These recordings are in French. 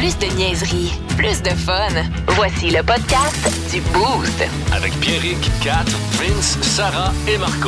Plus de niaiserie, plus de fun. Voici le podcast du Boost. Avec Pierrick, Kat, Vince, Sarah et Marco.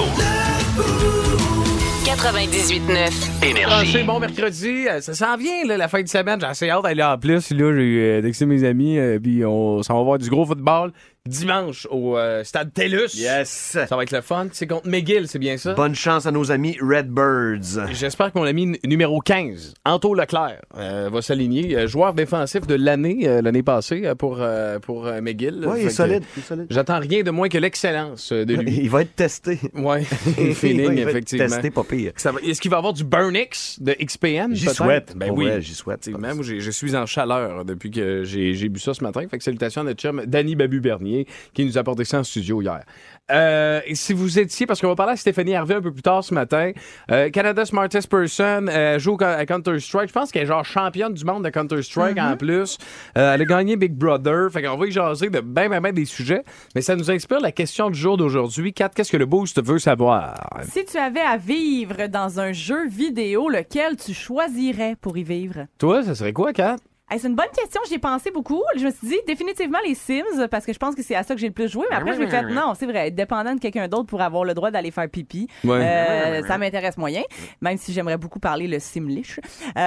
98.9. Énergie. C'est bon mercredi, ça s'en vient là, la fin de semaine, j'ai assez hâte d'aller en plus. Là, j'ai texté mes amis, puis on s'en va voir du gros football dimanche au stade TELUS. Yes! Ça va être le fun. C'est contre McGill, c'est bien ça? Bonne chance à nos amis Redbirds. J'espère que mon ami numéro 15, Anto Leclerc, va s'aligner. Joueur défensif de l'année passée pour McGill. Oui, il est solide. J'attends rien de moins que l'excellence de lui. Il va être testé. Oui, feeling, il va effectivement. être testé, pas pire. Est-ce qu'il va y avoir du Burn X de XPN? J'y peut-être? souhaite. Ben Pour oui, vrai, j'y souhaite. Même je suis en chaleur depuis que j'ai bu ça ce matin. Fait que salutations à notre chum Danny Babu-Bernier qui nous a apporté ça en studio hier. Et si vous étiez, parce qu'on va parler à Stéphanie Harvey un peu plus tard ce matin, Canada Smartest Person joue à Counter-Strike. Je pense qu'elle est genre championne du monde de Counter-Strike en plus. Elle a gagné Big Brother. Fait qu'on va y jaser de ben des sujets. Mais ça nous inspire la question du jour d'aujourd'hui. Kat, qu'est-ce que le Boost veut savoir? Si tu avais à vivre dans un jeu vidéo, lequel tu choisirais pour y vivre? Toi, ça serait quoi, Kat? Hey, c'est une bonne question, j'y ai pensé beaucoup. Je me suis dit définitivement les Sims, parce que je pense que c'est à ça que j'ai le plus joué. Mais après, je me fait non, c'est vrai, être dépendant de quelqu'un d'autre pour avoir le droit d'aller faire pipi, ça m'intéresse moyen, même si j'aimerais beaucoup parler le Simlish.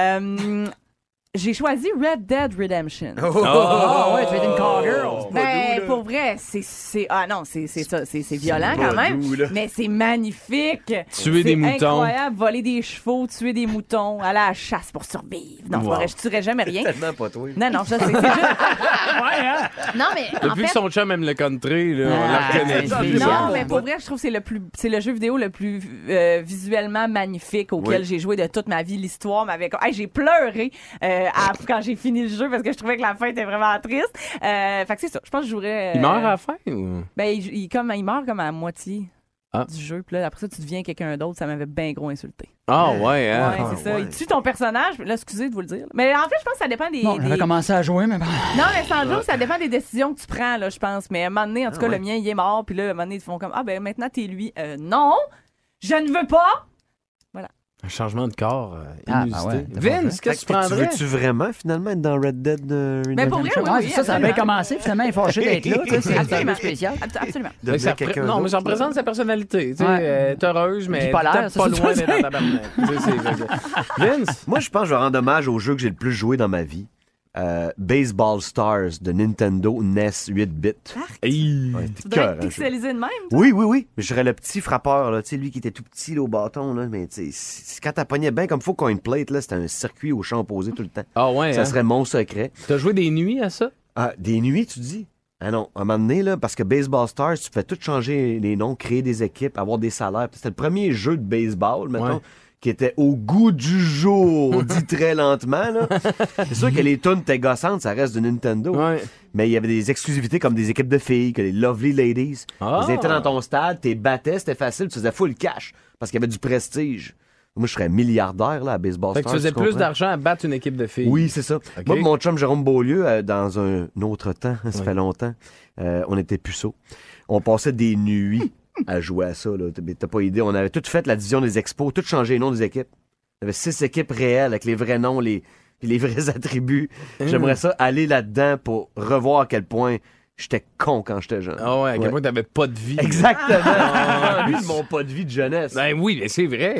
J'ai choisi Red Dead Redemption. ouais, tu es une cowgirl. Ben, pour vrai, c'est ça, c'est violent quand même, mais c'est magnifique. Tuer des moutons. C'est incroyable, voler des chevaux, tuer des moutons, aller à la chasse pour survivre. Non, je tuerais jamais rien. Tellement pas toi. Non, je sais, c'est juste... Ouais, hein? Non, mais en Depuis fait... que son chum aime le country, là, on la reconnaît. Non, mais pour vrai, je trouve que c'est le jeu vidéo le plus visuellement magnifique auquel j'ai joué de toute ma vie. L'histoire m'avait... Hey, j'ai pleuré quand j'ai fini le jeu parce que je trouvais que la fin était vraiment triste. Fait que c'est ça. Je pense que je jouerais... Il meurt à la fin ou? Ben, il meurt comme à la moitié du jeu. Puis là, après ça, tu deviens quelqu'un d'autre. Ça m'avait bien gros insulté. Ah ouais, hein? Ouais, c'est ça. ouais. Il tue ton personnage. Là, excusez de vous le dire. Mais en fait, je pense que ça dépend des... Bon, j'avais commencé à jouer, mais bon. Non, mais sans jour, ça dépend des décisions que tu prends, là, je pense. Mais à un moment donné, en tout cas, le mien, il est mort. Puis là, à un moment donné, ils font comme, ben maintenant, t'es lui. Non, je ne veux pas. Un changement de corps inusité. ouais, Vince, qu'est-ce que tu prendrais? Veux-tu vraiment, finalement, être dans Red Dead Redemption? Mais pour vrai, oui, Ça a bien commencé. Finalement, il est fâché d'être là. Tu sais, c'est un peu spécial. Absolument. Mais ça non, mais ça représente sa personnalité. Tu sais, t'es heureuse, mais Bipolaire, peut-être ça, pas c'est loin ça, d'être dans ta barnaque. Vince? Moi, je pense que je vais rendre hommage au jeu que j'ai le plus joué dans ma vie. Baseball Stars de Nintendo NES 8-bit. Hey. Ouais, Tu dois être pixelisé de même, toi? Oui. Mais je serais le petit frappeur, là. Tu sais, lui qui était tout petit là, au bâton, là. Mais tu sais, quand t'appognais bien comme faut coin plate, là, c'était un circuit au champ opposé tout le temps. Ah ouais, Ça hein? serait mon secret. T'as joué des nuits à ça? Ah, des nuits, tu dis? Ah non, à un moment donné, là, parce que Baseball Stars, tu fais tout changer les noms, créer des équipes, avoir des salaires. C'était le premier jeu de baseball, mettons, qui était au goût du jour, dit très lentement. Là. C'est sûr que les tunes étaient gossantes, ça reste de Nintendo. Ouais. Mais il y avait des exclusivités comme des équipes de filles, que les Lovely Ladies. Ah. Ils étaient dans ton stade, t'es battais, c'était facile, tu faisais full cash, parce qu'il y avait du prestige. Moi, je serais milliardaire là, à Baseball Fait que Stars. tu faisais plus comprends? d'argent à battre une équipe de filles. Oui, c'est ça. Ok. Moi, mon chum Jérôme Beaulieu, dans un autre temps, ça fait longtemps, on était puceaux. On passait des nuits à jouer à ça. Là. T'as pas idée. On avait tout fait la division des expos, tout changé les noms des équipes. Il y avait 6 équipes réelles avec les vrais noms, les vrais attributs. J'aimerais ça aller là-dedans pour revoir à quel point j'étais con quand j'étais jeune. Ah ouais, à quel point t'avais pas de vie. Exactement. Lui, mon pas de vie de jeunesse. Ben oui, mais c'est vrai.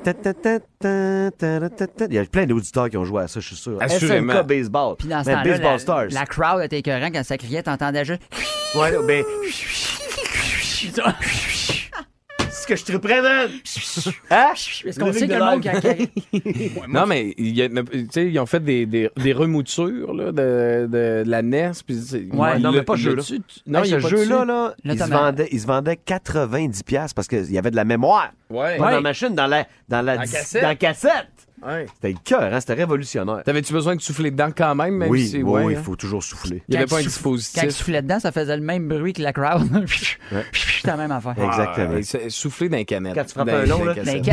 Il y a plein d'auditeurs qui ont joué à ça, je suis sûr. Assurément. SNK Baseball. Puis dans ce Mais temps-là, Baseball Stars. la crowd était écœurante quand ça criait, t'entendais juste... Ouais, là, ben... C'est ce que je triperais, man! Hein? Est-ce qu'on sait que le monde qui a... Non, mais tu sais, ils ont fait des remoutures là, de la NES. Puis, Ouais, non, mais pas ce jeu-là. Non, Hey, il y a ce pas jeu-là, là. il se vendait 90$ parce qu'il y avait de la mémoire. Ouais. Pas dans la machine, dans la cassette. dans la cassette. Ouais. C'était le cœur, hein? C'était révolutionnaire. T'avais-tu besoin de souffler dedans quand même? Même Oui, si, oui, il hein? faut toujours souffler. Il n'y avait pas un Quand il dispositif. soufflait dedans, ça faisait le même bruit que la crowd. C'était la même affaire. Exactement. Souffler dans les canettes. Quand tu frappes Dans- un long, dans là, les Dans les cassettes.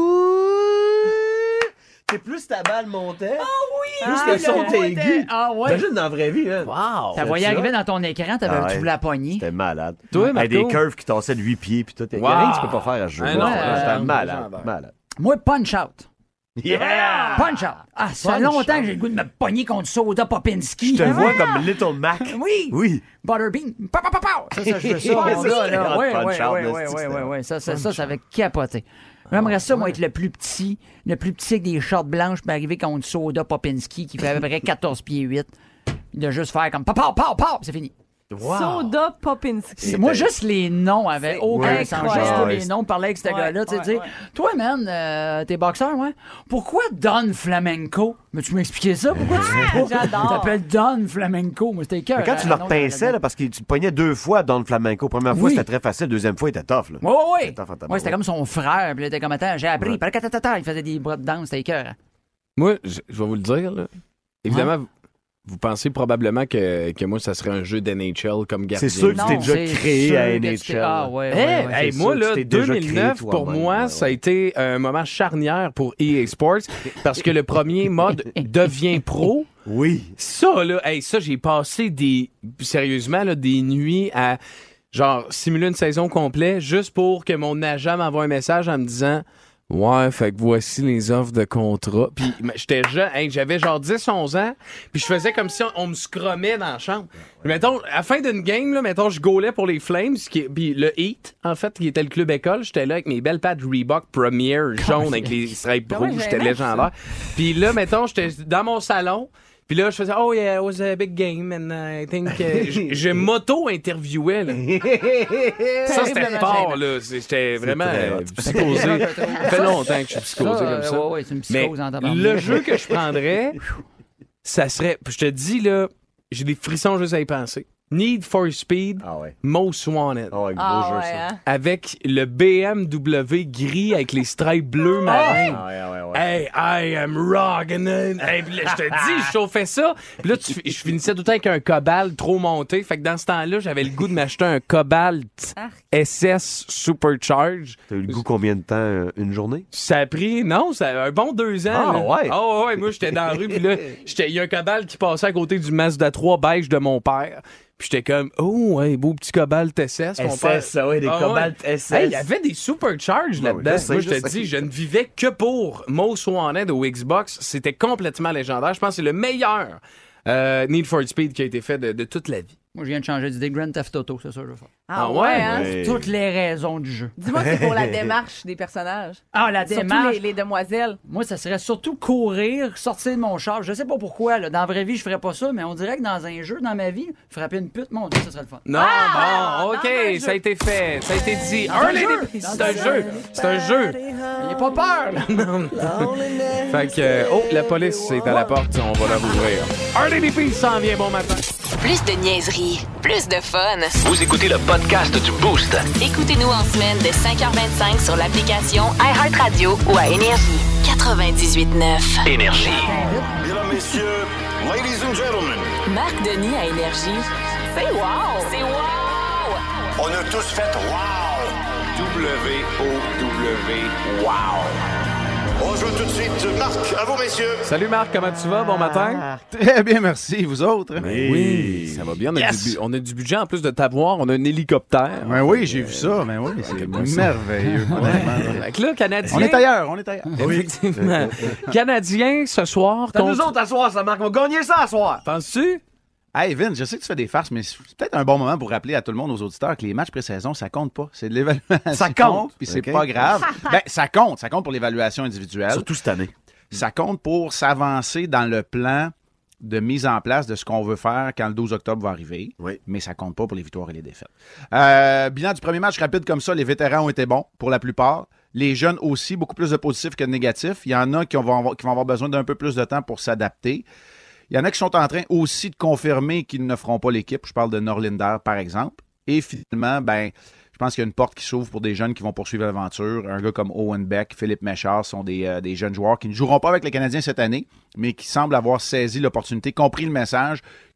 C'est plus ta balle montait, oui! plus le son était aigu. Ah ouais? Imagine dans la vraie vie, hein? Wow! Ça voyait arriver dans ton écran, Ah ouais. tu voulais la poigner. C'était malade. Toi, Avec des Marco? curves qui tassaient de 8 pieds puis tout. Il y Wow. a rien que tu peux pas faire à ce jeu. Ah non, C'était non, malade, légendaire. malade. Moi, Punch Out. Yeah! Punch-Out! Ah, ça fait longtemps que j'ai le goût de me pogner contre Soda Popinski. Je te vois comme Little Mac. Oui! Oui. Butterbean! Pow, pow, pow, pow. Ça, je veux ça, mon gars, là. Oui. Ça avait capoté. J'aimerais ça, moi, être le plus petit avec des shorts blanches, puis arriver contre Soda Popinski, qui fait à peu près 14 pieds 8. De juste faire comme pow, pow, pow, pow, c'est fini. Wow. Soda Popinski. Moi, juste les noms avaient aucun sens. Juste les noms, parler avec ce gars-là. Tu sais, dire, toi, man, t'es boxeur, ouais? Pourquoi Don Flamenco? Mais tu m'expliquais ça? Pourquoi tu t'appelles Don Flamenco? Moi, c'était cœur. Quand tu le repinçais, là, parce que tu le pognais 2 fois Don Flamenco. Première fois, c'était très facile. Deuxième fois, il était tough. Là. Oui. C'était comme son frère. Puis il était comme, attends, j'ai appris. Il faisait des bras de danse. C'était cœur. Moi, je vais vous le dire, là. Évidemment, vous pensez probablement que moi, ça serait un jeu d'NHL comme gardien. C'est sûr que tu t'es déjà créé à NHL. Ah, ouais. Moi, là, 2009, pour moi, ça a été un moment charnière pour EA Sports parce que le premier mode devient pro. Oui. Ça, là, ça, j'ai passé sérieusement, là, des nuits à, genre, simuler une saison complète juste pour que mon agent m'envoie un message en me disant... Ouais, fait que voici les offres de contrat. Puis j'étais jeune, j'avais genre 10-11 ans, puis je faisais comme si on me scrumait dans la chambre. Mettons, à la fin d'une game, là, mettons, je gaulais pour les Flames, puis le Heat, en fait, qui était le club école, j'étais là avec mes belles pattes Reebok Premier jaune avec les stripes rouges, j'étais légendaire. Puis là, mettons, j'étais dans mon salon, puis là, je faisais « Oh yeah, it was a big game, and I think... je m'auto-interviewais, là. Ça, c'était fort, là. J'étais vraiment psychosé. Ça fait longtemps que je suis psychosé comme ça. Ouais, c'est une psychose en tabarnak. Le jeu que je prendrais, ça serait... Je te dis, là, j'ai des frissons juste à y penser. Need for Speed, Most Wanted. Gros jeu, ça. Hein? Avec le BMW gris avec les stripes bleus marins. Hey, I am rockin' it. Hey, puis là, je te dis, je chauffais ça. Puis là, je finissais tout le temps avec un Cobalt trop monté. Fait que dans ce temps-là, j'avais le goût de m'acheter un Cobalt SS Supercharge. T'as eu le goût combien de temps? Une journée? Ça a pris, un bon 2 ans. Ouais, moi, j'étais dans la rue. Puis là, il y a un Cobalt qui passait à côté du Mazda 3 beige de mon père. Puis j'étais comme, beau petit Cobalt SS. Des Cobalt SS. Il y avait des supercharges là-dedans. Moi, je te dis, je ne vivais que pour Most Wanted au Xbox. C'était complètement légendaire. Je pense que c'est le meilleur Need for Speed qui a été fait de toute la vie. Moi, je viens de changer d'idée. Grand Theft Auto, c'est ça, je veux faire. Ah ouais, hein? Toutes les raisons du jeu. Dis-moi, c'est pour la démarche des personnages. Ah, la démarche. Surtout les demoiselles. Moi, ça serait surtout courir, sortir de mon char. Je sais pas pourquoi, là. Dans la vraie vie, je ferais pas ça, mais on dirait que dans un jeu, dans ma vie, frapper une pute, mon Dieu, ça serait le fun. Non, OK, ça a été fait. Ça a été dit. C'est un jeu. C'est un jeu. Il pas peur, là. Fait que, la police est à la porte. On va la rouvrir. RDDP s'en vient, bon matin. Plus de niaiserie, plus de fun. Vous écoutez le podcast du Boost. Écoutez-nous en semaine de 5h25 sur l'application iHeartRadio ou à Énergie. 98.9. Énergie. Mesdames, messieurs, ladies and gentlemen. Marc Denis à Énergie. C'est wow! C'est wow! On a tous fait wow! W-O-W, wow. On joue tout de suite. Marc, à vous, messieurs. Salut Marc, comment tu vas? Bon matin. Très bien, merci. Vous autres? Oui, ça va bien. On a du budget en plus de t'avoir. On a un hélicoptère. Ben oui, j'ai vu ça. Ben oui, c'est merveilleux. Fait que là, Canadien... On est ailleurs. Effectivement. Canadien, ce soir... C'est nous autres à soir, ça, Marc. On va gagner ça à soir. Penses-tu? Hey Vince, je sais que tu fais des farces, mais c'est peut-être un bon moment pour rappeler à tout le monde, aux auditeurs, que les matchs pré-saison, ça compte pas. C'est de l'évaluation. Ça compte. Puis c'est pas grave. Ben, ça compte. Ça compte pour l'évaluation individuelle. Surtout cette année. Ça compte pour s'avancer dans le plan de mise en place de ce qu'on veut faire quand le 12 octobre va arriver. Oui. Mais ça compte pas pour les victoires et les défaites. Bilan du premier match rapide comme ça, les vétérans ont été bons pour la plupart. Les jeunes aussi, beaucoup plus de positifs que de négatifs. Il y en a qui vont avoir besoin d'un peu plus de temps pour s'adapter. Il y en a qui sont en train aussi de confirmer qu'ils ne feront pas l'équipe. Je parle de Norlinder, par exemple. Et finalement, je pense qu'il y a une porte qui s'ouvre pour des jeunes qui vont poursuivre l'aventure. Un gars comme Owen Beck, Philippe Méchard sont des jeunes joueurs qui ne joueront pas avec les Canadiens cette année, mais qui semblent avoir saisi l'opportunité, compris le message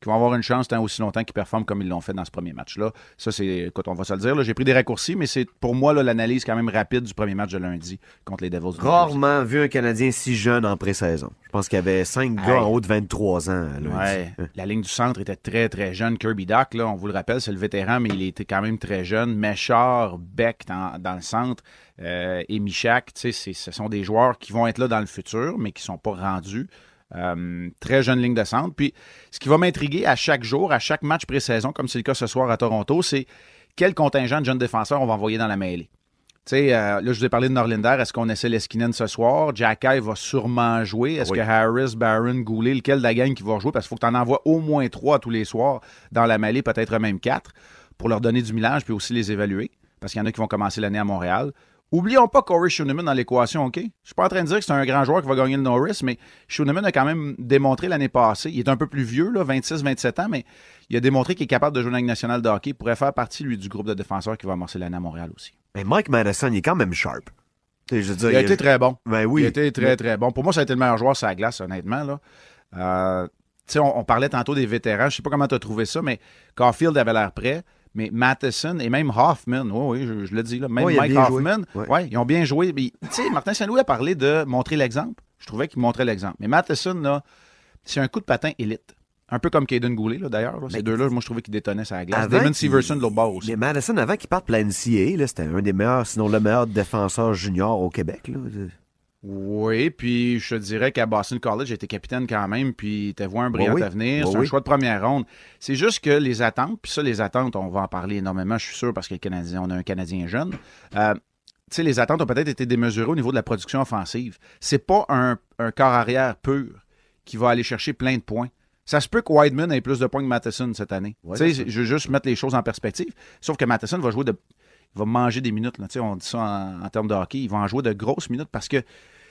vont avoir une chance tant aussi longtemps qu'ils performent comme ils l'ont fait dans ce premier match-là. Ça, c'est, écoute, on va se le dire, là, j'ai pris des raccourcis, mais c'est pour moi là, l'analyse quand même rapide du premier match de lundi contre les Devils. Rarement vu un Canadien si jeune en pré-saison. Je pense qu'il y avait 5 gars en haut de 23 ans. Ouais. La ligne du centre était très, très jeune. Kirby Dach, là, on vous le rappelle, c'est le vétéran, mais il était quand même très jeune. Méchard, Beck dans le centre et Michak, ce sont des joueurs qui vont être là dans le futur, mais qui ne sont pas rendus. Très jeune ligne de centre. Puis, ce qui va m'intriguer à chaque jour, à chaque match pré-saison, comme c'est le cas ce soir à Toronto, c'est quel contingent de jeunes défenseurs on va envoyer dans la mêlée. Là, je vous ai parlé de Norlinder. Est-ce qu'on essaie Leskinen ce soir? Jacky va sûrement jouer. Est-ce que Harris, Barron, Goulet, lequel de la gang qui va jouer? Parce qu'il faut que tu en envoies au moins 3 tous les soirs dans la mêlée, peut-être même 4, pour leur donner du millage puis aussi les évaluer. Parce qu'il y en a qui vont commencer l'année à Montréal. Oublions pas Corey Schooneman dans l'équation, OK? Je suis pas en train de dire que c'est un grand joueur qui va gagner le Norris, mais Schooneman a quand même démontré l'année passée. Il est un peu plus vieux, là, 26-27 ans, mais il a démontré qu'il est capable de jouer dans la Ligue nationale de hockey. Il pourrait faire partie, lui, du groupe de défenseurs qui va amorcer l'année à Montréal aussi. Mais Mike Madison, il est quand même sharp. Je veux dire, il a été très bon. Ben oui. Il a été très, très bon. Pour moi, ça a été le meilleur joueur sur la glace, honnêtement. Là. On parlait tantôt des vétérans. Je sais pas comment tu as trouvé ça, mais Caulfield avait l'air prêt. Mais Matheson et même Hoffman, oui, je le dis, là, même Mike Hoffman, ils ont bien joué. Martin Saint-Louis a parlé de montrer l'exemple. Je trouvais qu'il montrait l'exemple. Mais Matheson, là, c'est un coup de patin élite. Un peu comme Caden Goulet, là, d'ailleurs. Là. Ces deux-là, moi, je trouvais qu'ils détonnaient sur la glace. Damon Severson de l'autre bord aussi. Mais Madison, avant qu'il parte pour la NCAA, là, c'était un des meilleurs, sinon le meilleur défenseur junior au Québec. Là. Oui, puis je te dirais qu'à Boston College, j'ai été capitaine quand même, puis tu vois un brillant avenir. C'est un choix de première ronde. C'est juste que les attentes, puis ça, les attentes, on va en parler énormément, je suis sûr, parce que on a un Canadien jeune. Les attentes ont peut-être été démesurées au niveau de la production offensive. C'est pas un corps arrière pur qui va aller chercher plein de points. Ça se peut que Wideman ait plus de points que Matheson cette année. Je veux juste mettre les choses en perspective. Sauf que Matheson va jouer il va manger des minutes. Là. On dit ça en termes de hockey. Il va en jouer de grosses minutes parce que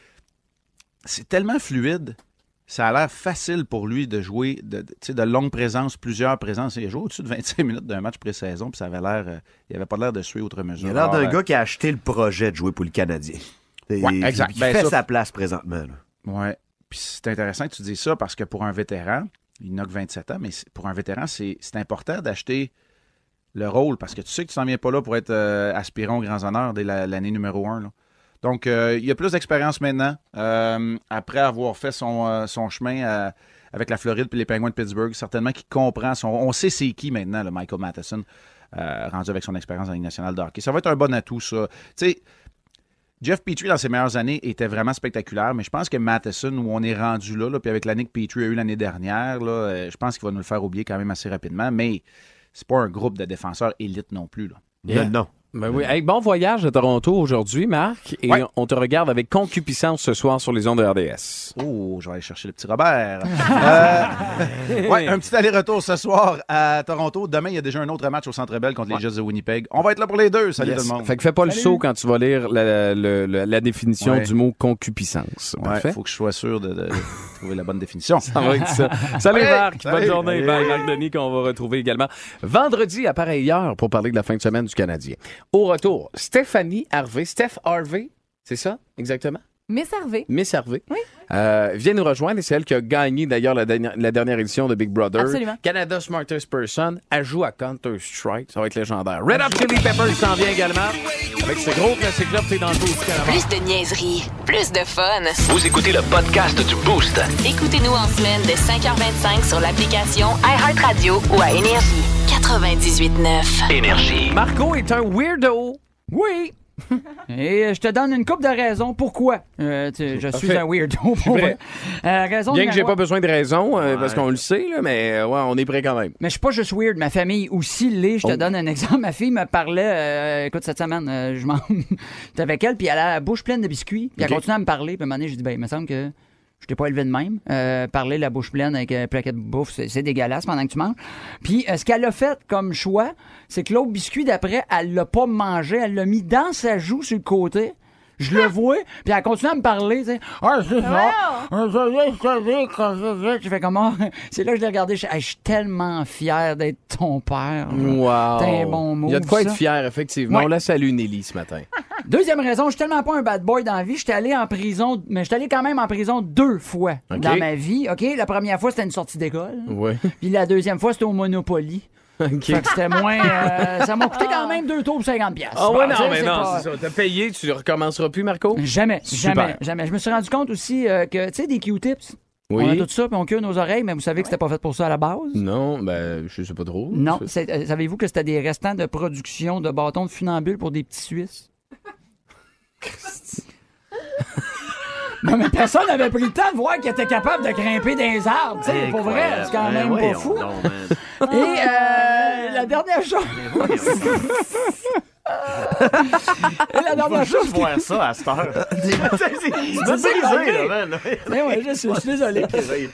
c'est tellement fluide. Ça a l'air facile pour lui de jouer de longues présences, plusieurs présences. Il a joué au-dessus de 25 minutes d'un match pré-saison, puis ça avait l'air. Il n'avait pas l'air de suer outre mesure. Il a l'air d'un gars qui a acheté le projet de jouer pour le Canadien. Exact. Il fait sa place présentement. Oui. Puis c'est intéressant que tu dises ça parce que pour un vétéran, il n'a que 27 ans, mais pour un vétéran, c'est important d'acheter le rôle parce que tu sais que tu n'en viens pas là pour être aspirant aux grands honneurs dès l'année numéro 1. Là. Donc, il y a plus d'expérience maintenant. Après avoir fait son chemin avec la Floride et les Penguins de Pittsburgh, certainement qu'il comprend on sait c'est qui maintenant, le Michael Matheson, rendu avec son expérience en Ligue nationale de hockey. Ça va être un bon atout, ça. Tu sais, Jeff Petrie, dans ses meilleures années, était vraiment spectaculaire, mais je pense que Matheson, où on est rendu là, puis avec l'année que Petrie a eu l'année dernière, là, je pense qu'il va nous le faire oublier quand même assez rapidement, mais c'est pas un groupe de défenseurs élites non plus. Là. Yeah. Non. Ben oui. Hey, bon voyage à Toronto aujourd'hui, Marc. Et on te regarde avec concupiscence ce soir sur les ondes de RDS. Oh, je vais aller chercher le petit Robert. Un petit aller-retour ce soir à Toronto. Demain, il y a déjà un autre match au Centre Bell contre les Jets de Winnipeg. On va être là pour les deux. Salut tout le monde. Fait que fais pas le saut quand tu vas lire la définition du mot concupiscence. Il faut que je sois sûr de trouver la bonne définition. Ça va être ça. Salut Marc. Bonne journée. Bye. Marc Denis qu'on va retrouver également vendredi à pareille heure pour parler de la fin de semaine du Canadien. Au retour, Stéphanie Harvey, Steph Harvey, c'est ça, exactement? Miss Harvey. Miss Harvey. Oui. Vient nous rejoindre et c'est elle qui a gagné d'ailleurs la dernière édition de Big Brother. Absolument. Canada Smartest Person. Elle joue à Counter-Strike. Ça va être légendaire. Red Hot Chili Peppers s'en vient également. Avec ce gros classique-là, t'es dans le boost. Plus de niaiserie, plus de fun. Vous écoutez le podcast du Boost. Écoutez-nous en semaine de 5h25 sur l'application iHeartRadio ou à Énergie. 98.9. Énergie. Marco est un weirdo. Oui. Et je te donne une couple de raisons pourquoi je suis un weirdo. Raison bien que j'ai pas besoin de raison, parce qu'on le sait, là, mais on est prêt quand même. Mais je suis pas juste weird, ma famille aussi l'est. Je te donne un exemple. Ma fille me parlait, écoute, cette semaine, j'étais avec elle, puis elle a la bouche pleine de biscuits, puis elle continue à me parler, puis à un moment donné, j'ai dit, il me semble que je t'ai pas élevé de même. Parler la bouche pleine avec un plaquet de bouffe, c'est dégueulasse pendant que tu manges. Puis ce qu'elle a fait comme choix, c'est que l'autre biscuit d'après, elle l'a pas mangé, elle l'a mis dans sa joue sur le côté. Je le vois, puis elle continue à me parler, tu sais. Ah, c'est ça. Je fais comment? C'est là que je l'ai regardé. Je suis tellement fier d'être ton père. Wow. T'es un bon move. Il y a de quoi ça. être fier, effectivement. Ouais. On la salue, Nelly, ce matin. Deuxième raison, je suis tellement pas un bad boy dans la vie, j'étais allé en prison, mais j'étais allé quand même en prison 2 fois dans ma vie. OK? La première fois, c'était une sortie d'école. Ouais. Puis la deuxième fois, c'était au Monopoly. Okay. Fait que c'était moins. Ça m'a coûté quand même 2 tours pour 50$. Ah ouais, non, mais c'est non, pas... c'est ça. T'as payé, tu recommenceras plus, Marco? Jamais. Super. Je me suis rendu compte aussi que, tu sais, des Q-tips. Oui. On a tout ça, puis on cure nos oreilles, mais vous savez que c'était pas fait pour ça à la base? Non, ben, je sais pas trop. Non. Savez-vous que c'était des restants de production de bâtons de funambule pour des petits Suisses? Non, mais personne n'avait pris le temps de voir qu'il était capable de grimper dans les arbres. Tu sais, pour vrai, c'est quand même pas fou. Et la dernière chose... Et la dernière chose... juste voir ça à cette heure. C'est brisé, là, man. Mais ouais, je suis désolé.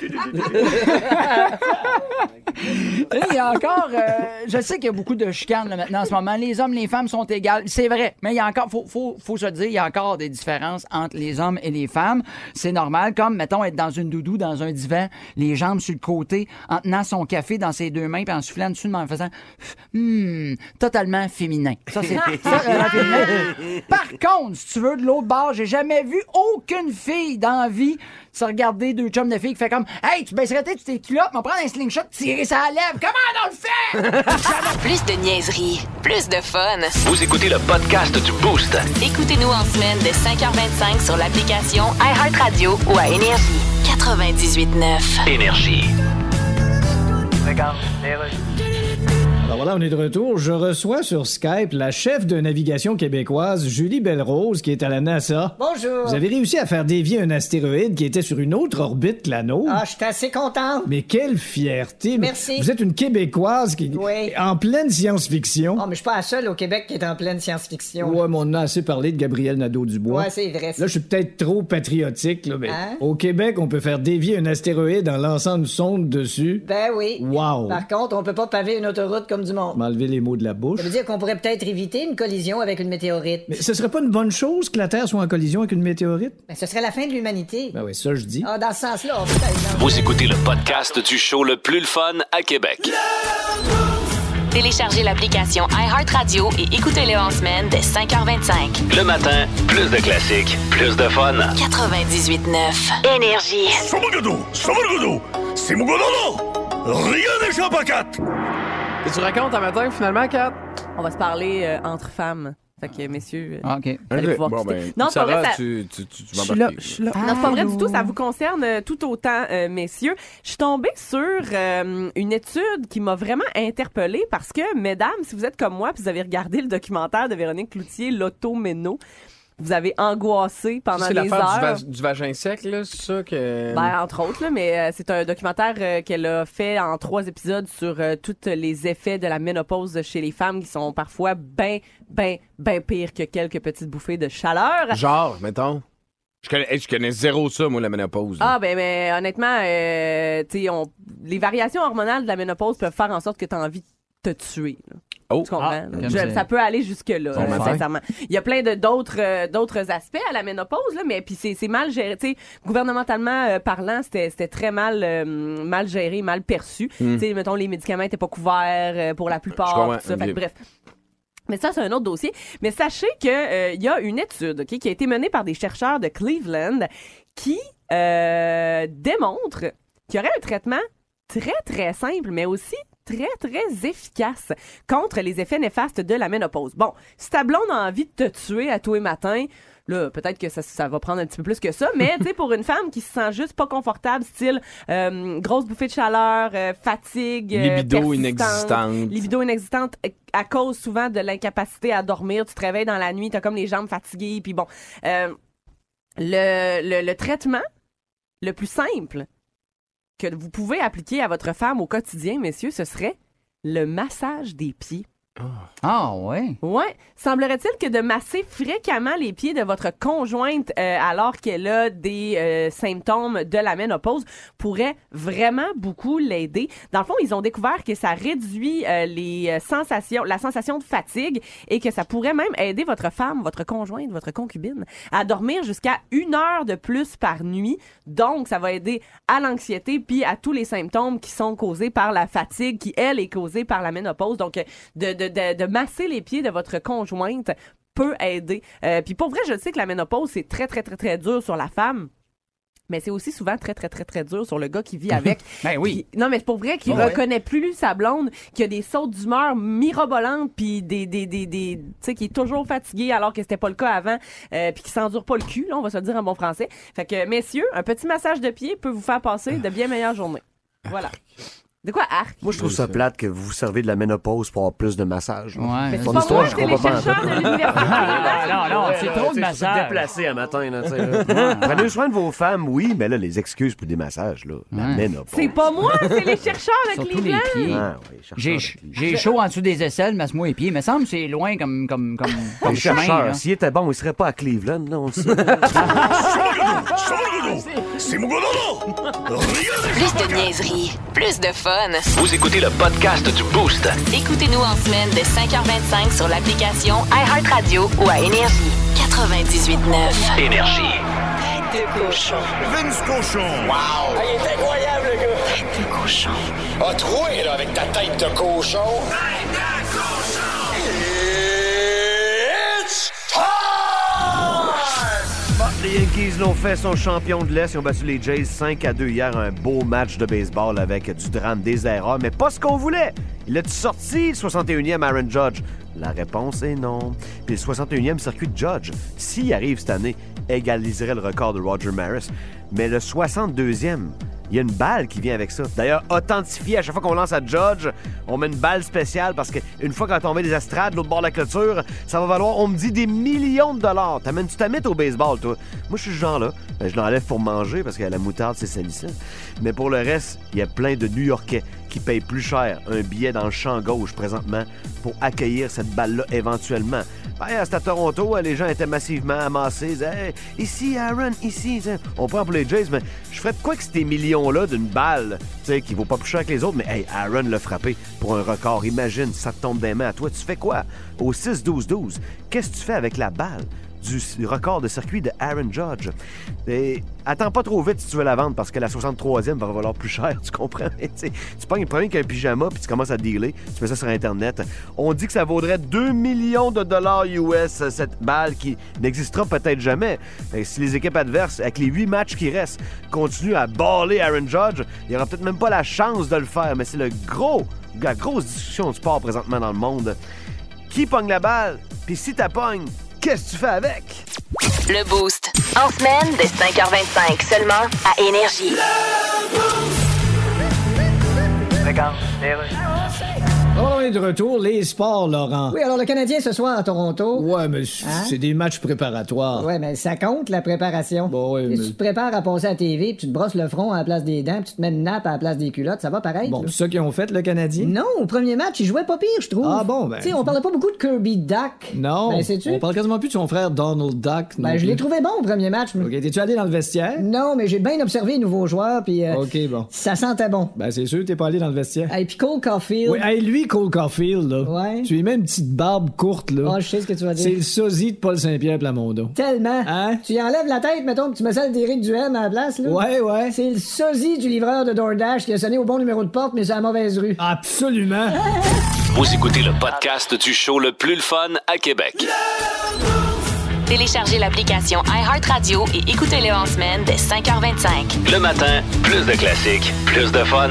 Et il y a encore... je sais qu'il y a beaucoup de chicanes là, maintenant en ce moment. Les hommes, les femmes sont égales. C'est vrai. Mais il y a encore... Faut se dire, il y a encore des différences entre les hommes et les femmes. C'est normal. Comme, mettons, être dans une doudou, dans un divan, les jambes sur le côté, en tenant son café dans ses 2 mains, puis en soufflant dessus, en faisant... totalement féminin. Ça, c'est féminin. Par contre, si tu veux, de l'autre bord, j'ai jamais vu aucune fille dans la vie se regarder 2 chums de filles qui fait comme « Hey, tu baisserais tes culottes, m'en prendre un slingshot, tirer sa lèvre. Comment on le fait? » Plus de niaiserie, plus de fun. Vous écoutez le podcast du Boost. Écoutez-nous en semaine de 5h25 sur l'application iHeartRadio ou à Énergie. 98.9. Énergie. Alors voilà, on est de retour. Je reçois sur Skype la chef de navigation québécoise, Julie Belle-Rose, qui est à la NASA. Bonjour. Vous avez réussi à faire dévier un astéroïde qui était sur une autre orbite que la nôtre. Ah, je suis assez contente. Mais quelle fierté. Merci. Vous êtes une Québécoise qui oui. en pleine science-fiction. Oh, mais je suis pas la seule au Québec qui est en pleine science-fiction. Ouais, mais on a assez parlé de Gabriel Nadeau-Dubois. Ouais, c'est vrai. Là, je suis peut-être trop patriotique, là, mais hein? Au Québec, on peut faire dévier un astéroïde en lançant une sonde dessus. Ben oui. Wow. Par contre, on peut pas paver une autoroute comme du monde. M'enlever les mots de la bouche. Ça veut dire qu'on pourrait peut-être éviter une collision avec une météorite. Mais ce serait pas une bonne chose que la Terre soit en collision avec une météorite? Ben, ce serait la fin de l'humanité. Ben oui, ça je dis. Ah, dans ce sens-là, on peut être... Vous écoutez le podcast du show le plus le fun à Québec. Téléchargez l'application iHeartRadio et écoutez-le en semaine dès 5h25. Le matin, plus de classiques, plus de fun. 98.9. Énergie. C'est mon rien n'échappe à 4. Et tu racontes un matin, finalement, Kat? On va se parler entre femmes. Fait que, messieurs, OK. vous allez pouvoir quitter. Ben, Non, c'est pas vrai, ça... tu Je suis là, je suis là. Non, c'est pas vrai du tout. Ça vous concerne tout autant, messieurs. Je suis tombée sur une étude qui m'a vraiment interpellée parce que, mesdames, si vous êtes comme moi puis vous avez regardé le documentaire de Véronique Cloutier, L'Automéno, vous avez angoissé pendant c'est des heures. C'est du vagin sec, là, c'est ça que... Ben, entre autres, là, mais c'est un documentaire qu'elle a fait en 3 épisodes sur tous les effets de la ménopause chez les femmes qui sont parfois ben pires que quelques petites bouffées de chaleur. Genre, mettons. Je connais zéro ça, moi, la ménopause. Ah, ben, mais honnêtement, tu sais, les variations hormonales de la ménopause peuvent faire en sorte que tu as envie de te tuer, là. Oh. Tu comprends? Ah, ça peut aller jusque-là, sincèrement. Il y a plein d'autres aspects à la ménopause, là, mais puis c'est mal géré. Tu sais, gouvernementalement parlant, c'était très mal géré, mal perçu. Tu sais, mettons, les médicaments n'étaient pas couverts pour la plupart. Tout ça, fait que, bref. Mais ça, c'est un autre dossier. Mais sachez que y a une étude qui a été menée par des chercheurs de Cleveland qui démontre qu'il y aurait un traitement très, très simple, mais aussi très, très efficace contre les effets néfastes de la ménopause. Bon, si ta blonde a envie de te tuer à tous les matins, là, peut-être que ça va prendre un petit peu plus que ça, mais tu sais, pour une femme qui se sent juste pas confortable, style grosse bouffée de chaleur, fatigue, libido inexistante. Libido inexistante à cause souvent de l'incapacité à dormir. Tu te réveilles dans la nuit, t'as comme les jambes fatiguées, puis bon. Le traitement le plus simple que vous pouvez appliquer à votre femme au quotidien, messieurs, ce serait le massage des pieds. Ah, ouais. Ouais. Semblerait-il que de masser fréquemment les pieds de votre conjointe alors qu'elle a des symptômes de la ménopause pourrait vraiment beaucoup l'aider. Dans le fond, ils ont découvert que ça réduit la sensation de fatigue et que ça pourrait même aider votre femme, votre conjointe, votre concubine à dormir jusqu'à 1 heure de plus par nuit. Donc, ça va aider à l'anxiété puis à tous les symptômes qui sont causés par la fatigue qui, elle, est causée par la ménopause. Donc, de masser les pieds de votre conjointe peut aider. Puis pour vrai, je sais que la ménopause, c'est très, très, très, très dur sur la femme. Mais c'est aussi souvent très, très, très, très dur sur le gars qui vit avec. Ben oui. Puis, non, mais c'est pour vrai qu'il reconnaît plus sa blonde, qu'il a des sautes d'humeur mirobolantes, puis tu sais, qu'il est toujours fatigué alors que c'était pas le cas avant, puis qu'il s'endure pas le cul, là, on va se le dire en bon français. Fait que, messieurs, un petit massage de pied peut vous faire passer de bien meilleures journées. Voilà. De quoi, arc? Moi, je trouve ça plate que vous vous servez de la ménopause pour avoir plus de massages. Ouais. Mais c'est Ton pas histoire, moi, je c'est les comprends pas. chercheurs de l'université. Non, c'est trop de Tu massages. déplacer un matin, là, tu sais. Là. Prenez soin de vos femmes, oui, mais là, les excuses pour des massages, là. La ménopause. C'est pas moi, c'est les chercheurs de Surtout les Cleveland. pieds. Ah, oui, chercheurs de J'ai chaud en dessous des aisselles, masse-moi les pieds. Mais semble que c'est loin comme Les chemin. chercheurs, là. s'il était bon, il serait pas à Cleveland, non? Plus de niaiserie, plus de fun. Vous écoutez le podcast du Boost. Écoutez-nous en semaine de 5h25 sur l'application iHeartRadio ou à Énergie. 98.9. Énergie. Tête de cochon. Vince Cochon. Wow! Il est incroyable, le gars! Tête de cochon. A troué, là, avec ta tête de cochon. Tête de cochon! It's time! Les Yankees l'ont fait, sont champions de l'Est. Ils ont battu les Jays 5-2 hier. Un beau match de baseball avec du drame, des erreurs, mais pas ce qu'on voulait. Il a-tu sorti le 61e Aaron Judge? La réponse est non. Puis le 61e circuit de Judge, s'il arrive cette année, égaliserait le record de Roger Maris. Mais le 62e, il y a une balle qui vient avec ça. D'ailleurs, authentifié, à chaque fois qu'on lance à Judge, on met une balle spéciale parce qu'une fois qu'on met des estrades de l'autre bord de la clôture, ça va valoir, on me dit, des millions de dollars. T'amènes-tu ta mythe au baseball, toi? Moi, je suis ce genre-là. Je l'enlève pour manger parce que la moutarde, c'est salissant. Mais pour le reste, il y a plein de New-Yorkais qui payent plus cher un billet dans le champ gauche présentement pour accueillir cette balle-là éventuellement. Ben, c'était à Toronto, les gens étaient massivement amassés. Ils disaient, hey, ici, Aaron, ici. On prend pour les Jays, mais je ferais de quoi que ces millions-là d'une balle, tu sais, qui vaut pas plus cher que les autres, mais hey, Aaron l'a frappé pour un record. Imagine, ça te tombe des mains à toi. Tu fais quoi? Au 6-12-12, qu'est-ce que tu fais avec la balle du record de circuit de Aaron Judge? Et attends pas trop vite si tu veux la vendre parce que la 63e va valoir plus cher, tu comprends? Tu pognes le premier qu'un pyjama puis tu commences à dealer, tu mets ça sur Internet. On dit que ça vaudrait 2 millions de dollars US, cette balle qui n'existera peut-être jamais. Et si les équipes adverses, avec les 8 matchs qui restent, continuent à baller Aaron Judge, il n'y aura peut-être même pas la chance de le faire, mais c'est la grosse discussion de sport présentement dans le monde. Qui pogne la balle? Puis si t'as pogne, qu'est-ce que tu fais avec? Le Boost. En semaine, dès 5h25, seulement à Énergie. Regarde, on est de retour, les sports, Laurent. Oui, alors le Canadien ce soir à Toronto. Ouais, mais c'est des matchs préparatoires. Ouais, mais ça compte, la préparation. Bon, ouais, Et si tu te prépares à passer à la TV, puis tu te brosses le front à la place des dents, puis tu te mets une nappe à la place des culottes, ça va pareil. Bon, là. c'est ça qu'ils ont fait, le Canadien? Non, au premier match, il jouait pas pire, je trouve. Ah bon, ben... Tu sais, on parlait pas beaucoup de Kirby Duck. Non, Ben, sais-tu? on parle quasiment plus de son frère Donald Duck. Ben, je l'ai trouvé bon au premier match. OK, t'es-tu allé dans le vestiaire? Non, mais j'ai bien observé les nouveaux joueurs, puis OK, bon. ça sentait bon. Ben, c'est sûr, t'es pas allé dans le vestiaire. Et puis Cole Caulfield. Oui, hey, lui, Cole Caulfield, là. Ouais. Tu lui mets une petite barbe courte, là. Ah, je sais ce que tu vas dire. C'est le sosie de Paul Saint-Pierre Plamondon. Tellement. Hein? Tu y enlèves la tête, mettons, puis tu mets celle d'Éric Duhem à la place, là. Ouais. C'est le sosie du livreur de DoorDash qui a sonné au bon numéro de porte, mais c'est à la mauvaise rue. Absolument. Vous écoutez le podcast du show le plus le fun à Québec. Téléchargez l'application iHeartRadio et écoutez-le en semaine dès 5h25. Le matin, plus de classiques, plus de fun.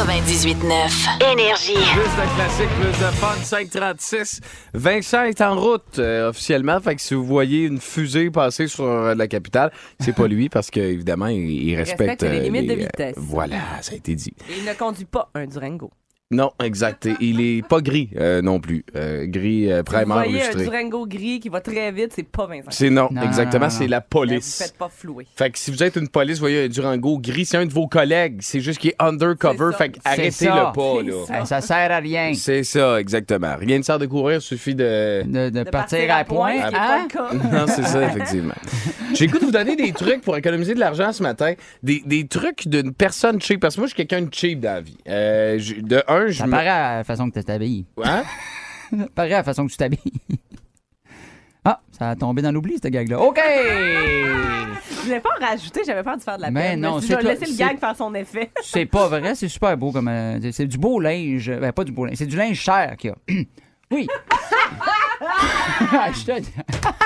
98.9. Énergie. Plus de classiques, plus de fun, 536. Vincent est en route officiellement, fait que si vous voyez une fusée passer sur la capitale, c'est pas lui parce qu'évidemment, il respecte les limites de vitesse. Voilà, ça a été dit. Et il ne conduit pas un Durango. Non, exact. Et il est pas gris non plus. Gris primaire illustré. Vous voyez illustré. un Durango gris qui va très vite, c'est pas Vincent. C'est non, exactement, c'est la police. Vous faites pas flouer. Fait que si vous êtes une police, vous voyez un Durango gris, c'est un de vos collègues. C'est juste qu'il est undercover, fait que arrêtez-le pas, là. Ça sert à rien. C'est ça, exactement. Rien ne sert de courir, il suffit de partir à point. Hein? Non, c'est ça, effectivement. J'ai le goût de vous donner des trucs pour économiser de l'argent ce matin. Des trucs d'une personne cheap. Parce que moi, je suis quelqu'un de cheap dans la vie. Ça paraît à la façon que tu t'habilles. Hein? Ça paraît à la façon que tu t'habilles. Ah, ça a tombé dans l'oubli, cette gag-là. OK! Je voulais pas en rajouter, j'avais peur de faire de la Mais peine. non, Je vais laisser le gag faire son effet. C'est pas vrai, c'est super beau. C'est du beau linge. Ben, pas du beau linge. C'est du linge cher qu'il y a. Oui. Je te dis.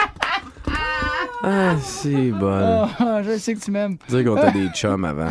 Ah, c'est bon. Je sais que tu m'aimes. Dire qu'on t'a des chums avant.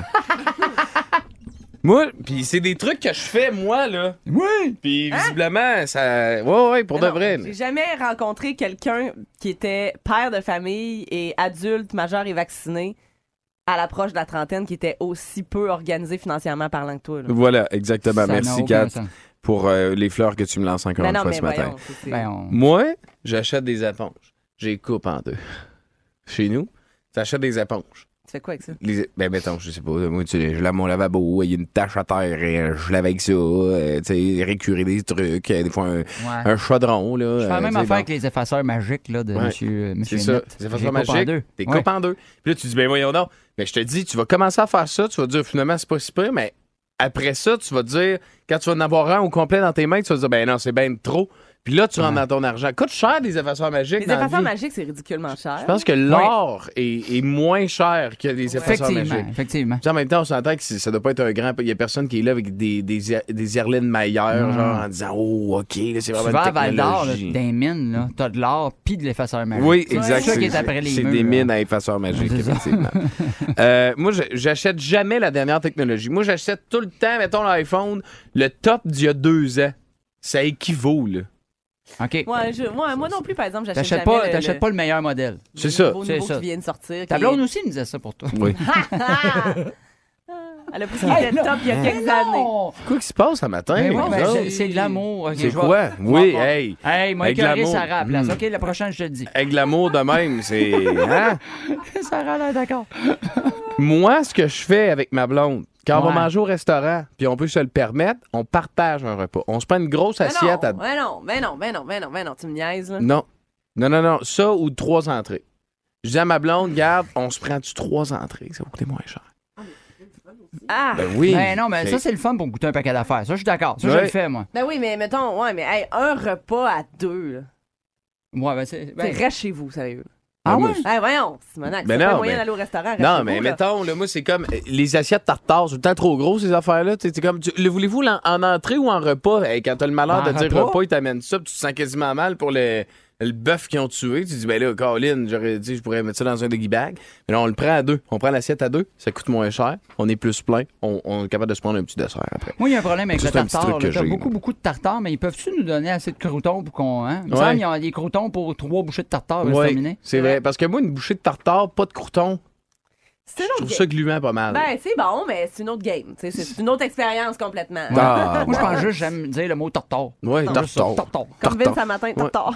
Moi, puis c'est des trucs que je fais, moi, là. Oui! Puis visiblement, ça... Ouais, pour de vrai. J'ai jamais rencontré quelqu'un qui était père de famille et adulte, majeur et vacciné à l'approche de la trentaine qui était aussi peu organisé financièrement parlant que toi. Là. Voilà, exactement. Ça Merci, Kat, pour les fleurs que tu me lances encore une fois ce matin. Moi, j'achète des éponges. J'ai coupe en deux. Chez nous, t'achètes des éponges. Tu fais quoi avec ça? Mettons, je sais pas, moi, je lave mon lavabo, il y a une tache à terre, je lave avec ça, tu sais, récurer des trucs, des fois un chaudron, là. Je fais la même affaire avec les effaceurs magiques, là, de monsieur c'est ça, les effaceurs magiques, t'es coupes en deux. Puis là, tu dis, ben voyons donc, mais je te dis, tu vas commencer à faire ça, tu vas dire, finalement, c'est pas si pire, mais après ça, tu vas te dire, quand tu vas en avoir un au complet dans tes mains, tu vas te dire, ben non, c'est ben trop. Puis là, tu rentres dans ton argent. Coûte cher des effaceurs magiques. Les effaceurs magiques, c'est ridiculement cher. Je pense que l'or est moins cher que les effaceurs magiques. Effectivement. En même temps, on s'entend que ça doit pas être un grand. Il y a personne qui est là avec des Erlen Mayer, genre en disant oh, OK, là, c'est vraiment une technologie. Tu vas à Val d'Or, dans les mines, là, t'as de l'or puis de l'effaceur magique. Oui, exact. C'est ça qui est après les murs. C'est des mines à effaceurs magiques, effectivement. Moi, j'achète jamais la dernière technologie. Moi, j'achète tout le temps, mettons l'iPhone, le top d'il y a 2 ans. Ça équivaut, là. OK. Moi non plus, par exemple, j'achète jamais T'achètes pas le meilleur modèle. C'est ça. C'est ça. Qui vient de sortir. Ta blonde aussi me disait ça pour toi. Oui. Elle a pris ce qui était top il y a quelques années. Quoi qui se passe ce matin? C'est de l'amour. Okay, c'est quoi? Oui, hey. Hey, moi, écœuré Sarah à la place. OK, la prochaine, je te le dis. Avec l'amour de même, c'est... Hein? Sarah, là, d'accord. Moi, ce que je fais avec ma blonde, quand on va manger au restaurant, puis on peut se le permettre, on partage un repas. On se prend une grosse assiette Mais non, tu me niaises, là. Non. Ça ou 3 entrées. Je dis à ma blonde, regarde, on se prend-tu 3 entrées? Ça va coûter moins cher. Ah! Ben oui. Ben non, mais ça, c'est le fun pour goûter un paquet d'affaires. Ça, je suis d'accord. Ça, je le fais, moi. Ben oui, mais mettons, un repas à 2, là. Ouais, ben c'est... Reste chez vous, sérieux. Ah ouais? Voyons, Simonac, c'est pas moyen d'aller au restaurant. Non, mais mettons, là, moi, c'est comme les assiettes tartare, c'est tout le temps trop gros, ces affaires-là. C'est comme, le voulez-vous en entrée ou en repas? Quand t'as le malheur de dire repas, ils t'amènent ça, puis tu te sens quasiment mal pour le bœuf qu'ils ont tué. Tu dis, ben là, Caroline, j'aurais dit, je pourrais mettre ça dans un doggy bag. Mais là, on le prend à 2. On prend l'assiette à 2. Ça coûte moins cher. On est plus plein. On est capable de se prendre un petit dessert après. Moi, il y a un problème avec le tartare. T'as beaucoup de tartare, mais ils peuvent-tu nous donner assez de croutons pour qu'on. Hein? Il me semble qu'il y a des croutons pour 3 bouchées de tartare. Oui, c'est vrai. Parce que moi, une bouchée de tartare, pas de croutons. Je trouve ça gluant pas mal. Ben, c'est bon, mais c'est une autre game. C'est une autre expérience complètement. Moi, je pense juste j'aime dire le mot tartare. Oui, tartare. Comme Vince à matin, tartare.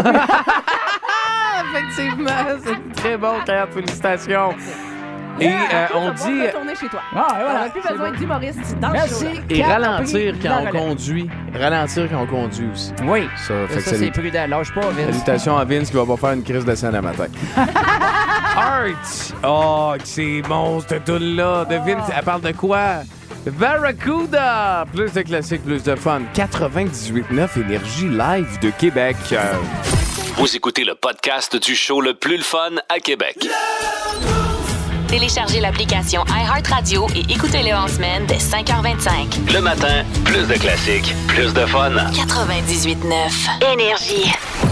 Effectivement, c'est très bon, Kat. Félicitations. Et on dit. On va retourner chez toi. On n'a plus besoin d'humoriste dans le show. Et ralentir quand on conduit. Ralentir quand on conduit aussi. Oui. Ça c'est prudent. Lâche pas, Vince. Salutations à Vince qui va pas faire une crise de scène à matin. Art! Oh, c'est bon, cette toune-là. De Vince, elle parle de quoi? Barracuda! Plus de classiques, plus de fun. 98.9 Énergie live de Québec. Vous écoutez le podcast du show le plus le fun à Québec. Téléchargez l'application iHeartRadio et écoutez-le en semaine dès 5h25. Le matin, plus de classiques, plus de fun. 98.9 Énergie.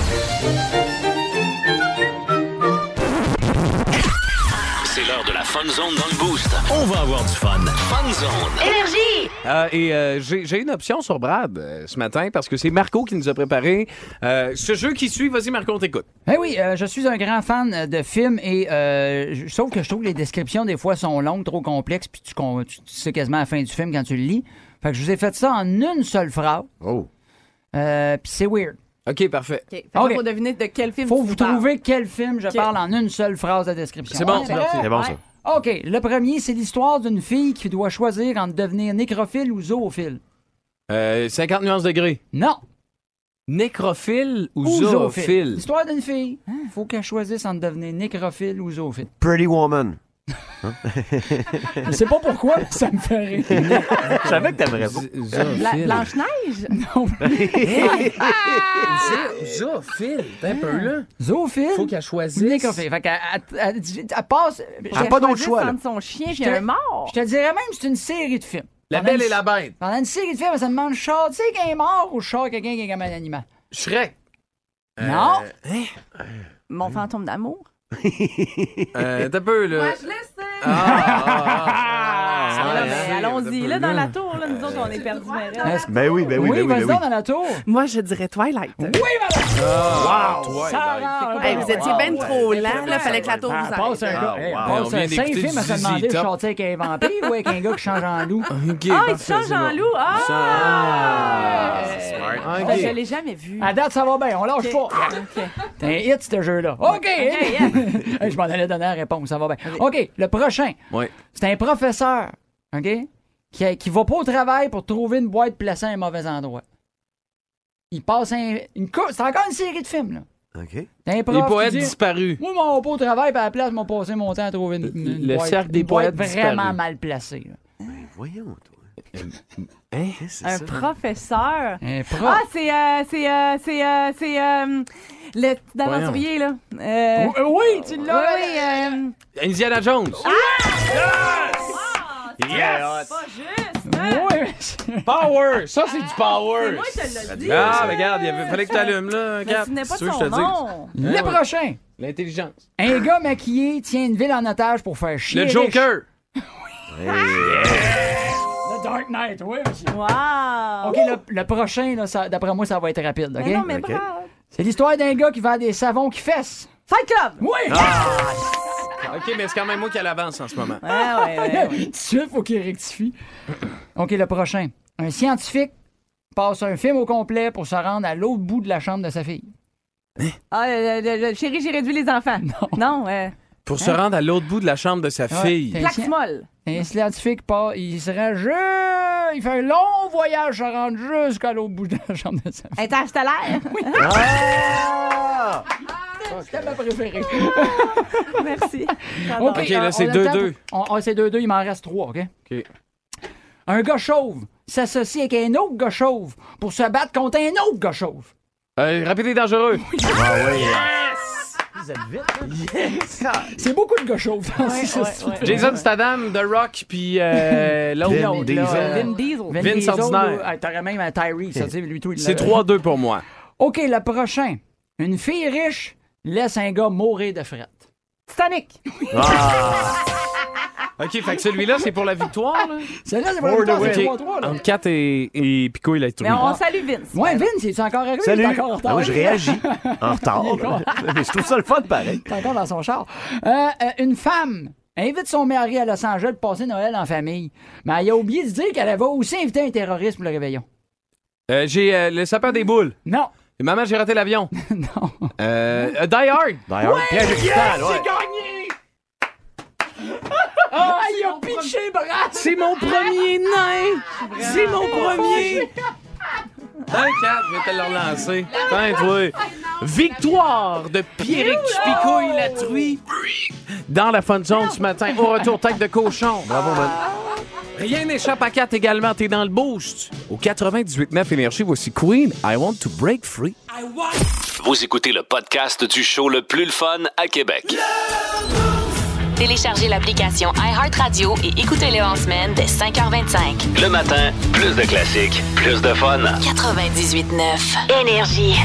C'est l'heure de la Fun Zone dans le Boost. On va avoir du fun. Fun Zone. Énergie! J'ai une option sur Brad ce matin parce que c'est Marco qui nous a préparé ce jeu qui suit. Vas-y, Marco, on t'écoute. Eh oui, je suis un grand fan de films et sauf que je trouve que les descriptions des fois sont longues, trop complexes, puis tu sais quasiment à la fin du film quand tu le lis. Fait que je vous ai fait ça en une seule phrase. Oh. Puis c'est weird. OK, parfait. OK. Faut deviner de quel film faut vous trouver quel film je parle en une seule phrase de description. C'est bon, c'est bon ça. OK, le premier, c'est l'histoire d'une fille qui doit choisir entre devenir nécrophile ou zoophile. 50 nuances degrés. Non. Nécrophile ou zoophile? L'histoire d'une fille. Il faut qu'elle choisisse entre devenir nécrophile ou zoophile. Pretty Woman. Je sais pas pourquoi, mais ça me fait rire. Je savais que t'aimerais pas. Blanche-Neige? Non. Zoophile, t'es un peu là. Zoophile? Faut qu'elle choisisse. Nécrophile. Fait qu'elle passe. Elle n'a pas d'autre choix. Entre son chien et un mort. Je te dirais même que c'est une série de films. La Belle et la Bête. Pendant une série de films, ça demande chat, tu sais, quelqu'un est mort ou chat, quelqu'un qui est comme un animal. Shrek. Non. Mon fantôme d'amour. T'as peu, là. Moi, je laisse. Allons-y, là, dans la tour, là, nous autres, on est perdus. Ben oui. Oui, vas-y dans la tour. Moi, je dirais Twilight. Oui, madame. Wow! Hey, vous étiez bien trop lent, là. Fallait que la tour vous arrête. Passe On vient 5 d'écouter films à se du demander ZZ de Top. chanter avec un vampire ou avec un gars qui change en loup. OK, Ah, il parfait, change c'est en bon. loup. OK. Je l'ai jamais vu. À date, ça va bien, on lâche pas. OK. C'est un hit, ce jeu-là. OK! Hey, je m'en allais donner la réponse, ça va bien. OK, le prochain. Oui. C'est un professeur, OK, qui va pas au travail pour trouver une boîte placée à un mauvais endroit. Il passe une course. C'est encore une série de films, là. OK. Un prof Les qui poètes dit, disparus. moi, mon pas au travail, puis à la place, m'a passé mon temps à trouver une Le boîte, cercle des une boîte poètes vraiment disparus. mal placée. Là. Voyons, toi. C'est Un ça? professeur. Un prof. Ah, c'est le petit aventurier, là. Oui, tu l'as. Oui, Indiana Jones. yes! Pas juste, hein? Oui. Power! Ça, c'est du power! Moi, je te l'ai dit. Ah, mais regarde, il fallait que tu allumes, là. Je me Regarde, souvenais pas si de tu veux, je son te dis. nom. Le prochain. L'intelligence. Un gars maquillé tient une ville en otage pour faire chier. Le Joker. Le Dark Knight, oui, monsieur. Wow! OK, le prochain, là, d'après moi, ça va être rapide, OK? Mais non, mais OK. bravo. C'est l'histoire d'un gars qui vend des savons qui fessent. Fight Club! Oui! OK, mais c'est quand même moi qui a l'avance en ce moment. Ouais. Tout de suite, faut qu'il rectifie. OK, le prochain. Un scientifique passe un film au complet pour se rendre à l'autre bout de la chambre de sa fille. Ah, chérie, j'ai réduit les enfants. Non, Pour se rendre à l'autre bout de la chambre de sa fille. plaque molle. Un scientifique part, il se rend il fait un long voyage, se rendre jusqu'à l'autre bout de la chambre de sa fille. Interstellaire. C'était ma préférée. Merci. OK, là, c'est 2-2. C'est 2-2, il m'en reste 3, OK? OK. Un gars chauve s'associe avec un autre gars chauve pour se battre contre un autre gars chauve. Rapide et dangereux. Vous êtes vite, hein? C'est beaucoup de gars chauves. Jason Statham, The Rock, puis l'autre. Vin Diesel. Vince Ordinaire. T'aurais même un Tyree, ça, tu sais, lui, tout. C'est 3-2 pour moi. OK, le prochain. Une fille riche laisse un gars mourir de frette. Titanic. OK, fait que celui-là, c'est pour la victoire. Là. Celui-là, c'est pour la victoire, c'est 3-3, là. Entre 4 et Pico, il a trouvé. Mais on salue Vince. Ouais, Vince, es-tu encore arrivé? Salut! Il est encore en retard. Ah, moi, je réagis en retard. Mais je trouve ça le fun, pareil. T'es encore dans son char. Une femme invite son mari à Los Angeles de passer Noël en famille. Mais elle a oublié de dire qu'elle avait aussi invité un terroriste pour le réveillon. J'ai le sapin des boules. Non. Et maman, j'ai raté l'avion. Non. Die Hard. D'ailleurs, piège de cristal, ouais. J'ai gagné! Ah, il a pitché, brasse! C'est mon premier nain. C'est mon premier. T'inquiète, je vais te le relancer. Toi. Victoire de Pierrick Picouille la truie dans la Fun Zone ce matin. Au retour, tête de cochon. Bravo, man. Rien n'échappe à 4 également. T'es dans le boost. Au 98.9 Énergie, voici Queen, I Want to Break Free. Vous écoutez le podcast du show le plus le fun à Québec. Téléchargez l'application iHeartRadio et écoutez-le en semaine dès 5h25. Le matin, plus de classiques, plus de fun. 98.9 Énergie.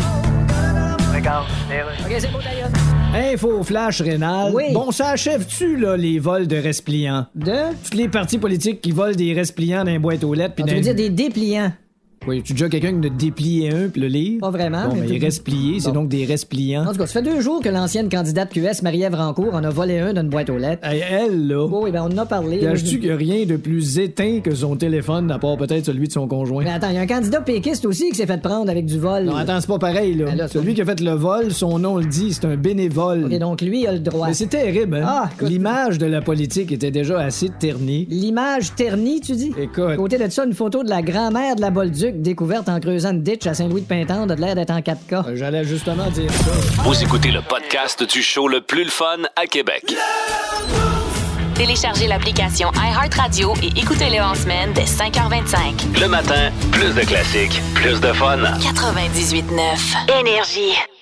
Info flash rénal. Oui. Bon, ça achève-tu, là, les vols de respliants? Toutes les partis politiques qui volent des respliants dans les boîtes aux lettres. Tu veux dire des dépliants? Oui, tu déjà quelqu'un qui a déplié un puis le lire? Pas vraiment. Bon, mais les respliés, c'est donc des respliants. En tout cas, ça fait 2 jours que l'ancienne candidate QS, Marie-Ève Rancourt, en a volé un d'une boîte aux lettres. Hey, elle, là. Oui, ben on en a parlé. Caches-tu qu'il n'y a rien de plus éteint que son téléphone, à part peut-être celui de son conjoint? Mais attends, il y a un candidat péquiste aussi qui s'est fait prendre avec du vol. Non, attends, c'est pas pareil, là. Ben là, Celui qui a fait le vol, son nom le dit, c'est un bénévole. Et donc lui a le droit. Mais c'est terrible, hein? Ah, écoute. L'image de la politique était déjà assez ternie. L'image ternie, tu dis? Écoute. À côté de ça, une photo de la grand-mère de la Bolduc découverte en creusant une ditch à Saint-Louis-de-Pintendre de l'air d'être en 4K. J'allais justement dire ça. Vous écoutez le podcast du show le plus le fun à Québec. Téléchargez l'application iHeartRadio et écoutez-le en semaine dès 5h25. Le matin, plus de classiques, plus de fun. 98.9 Énergie.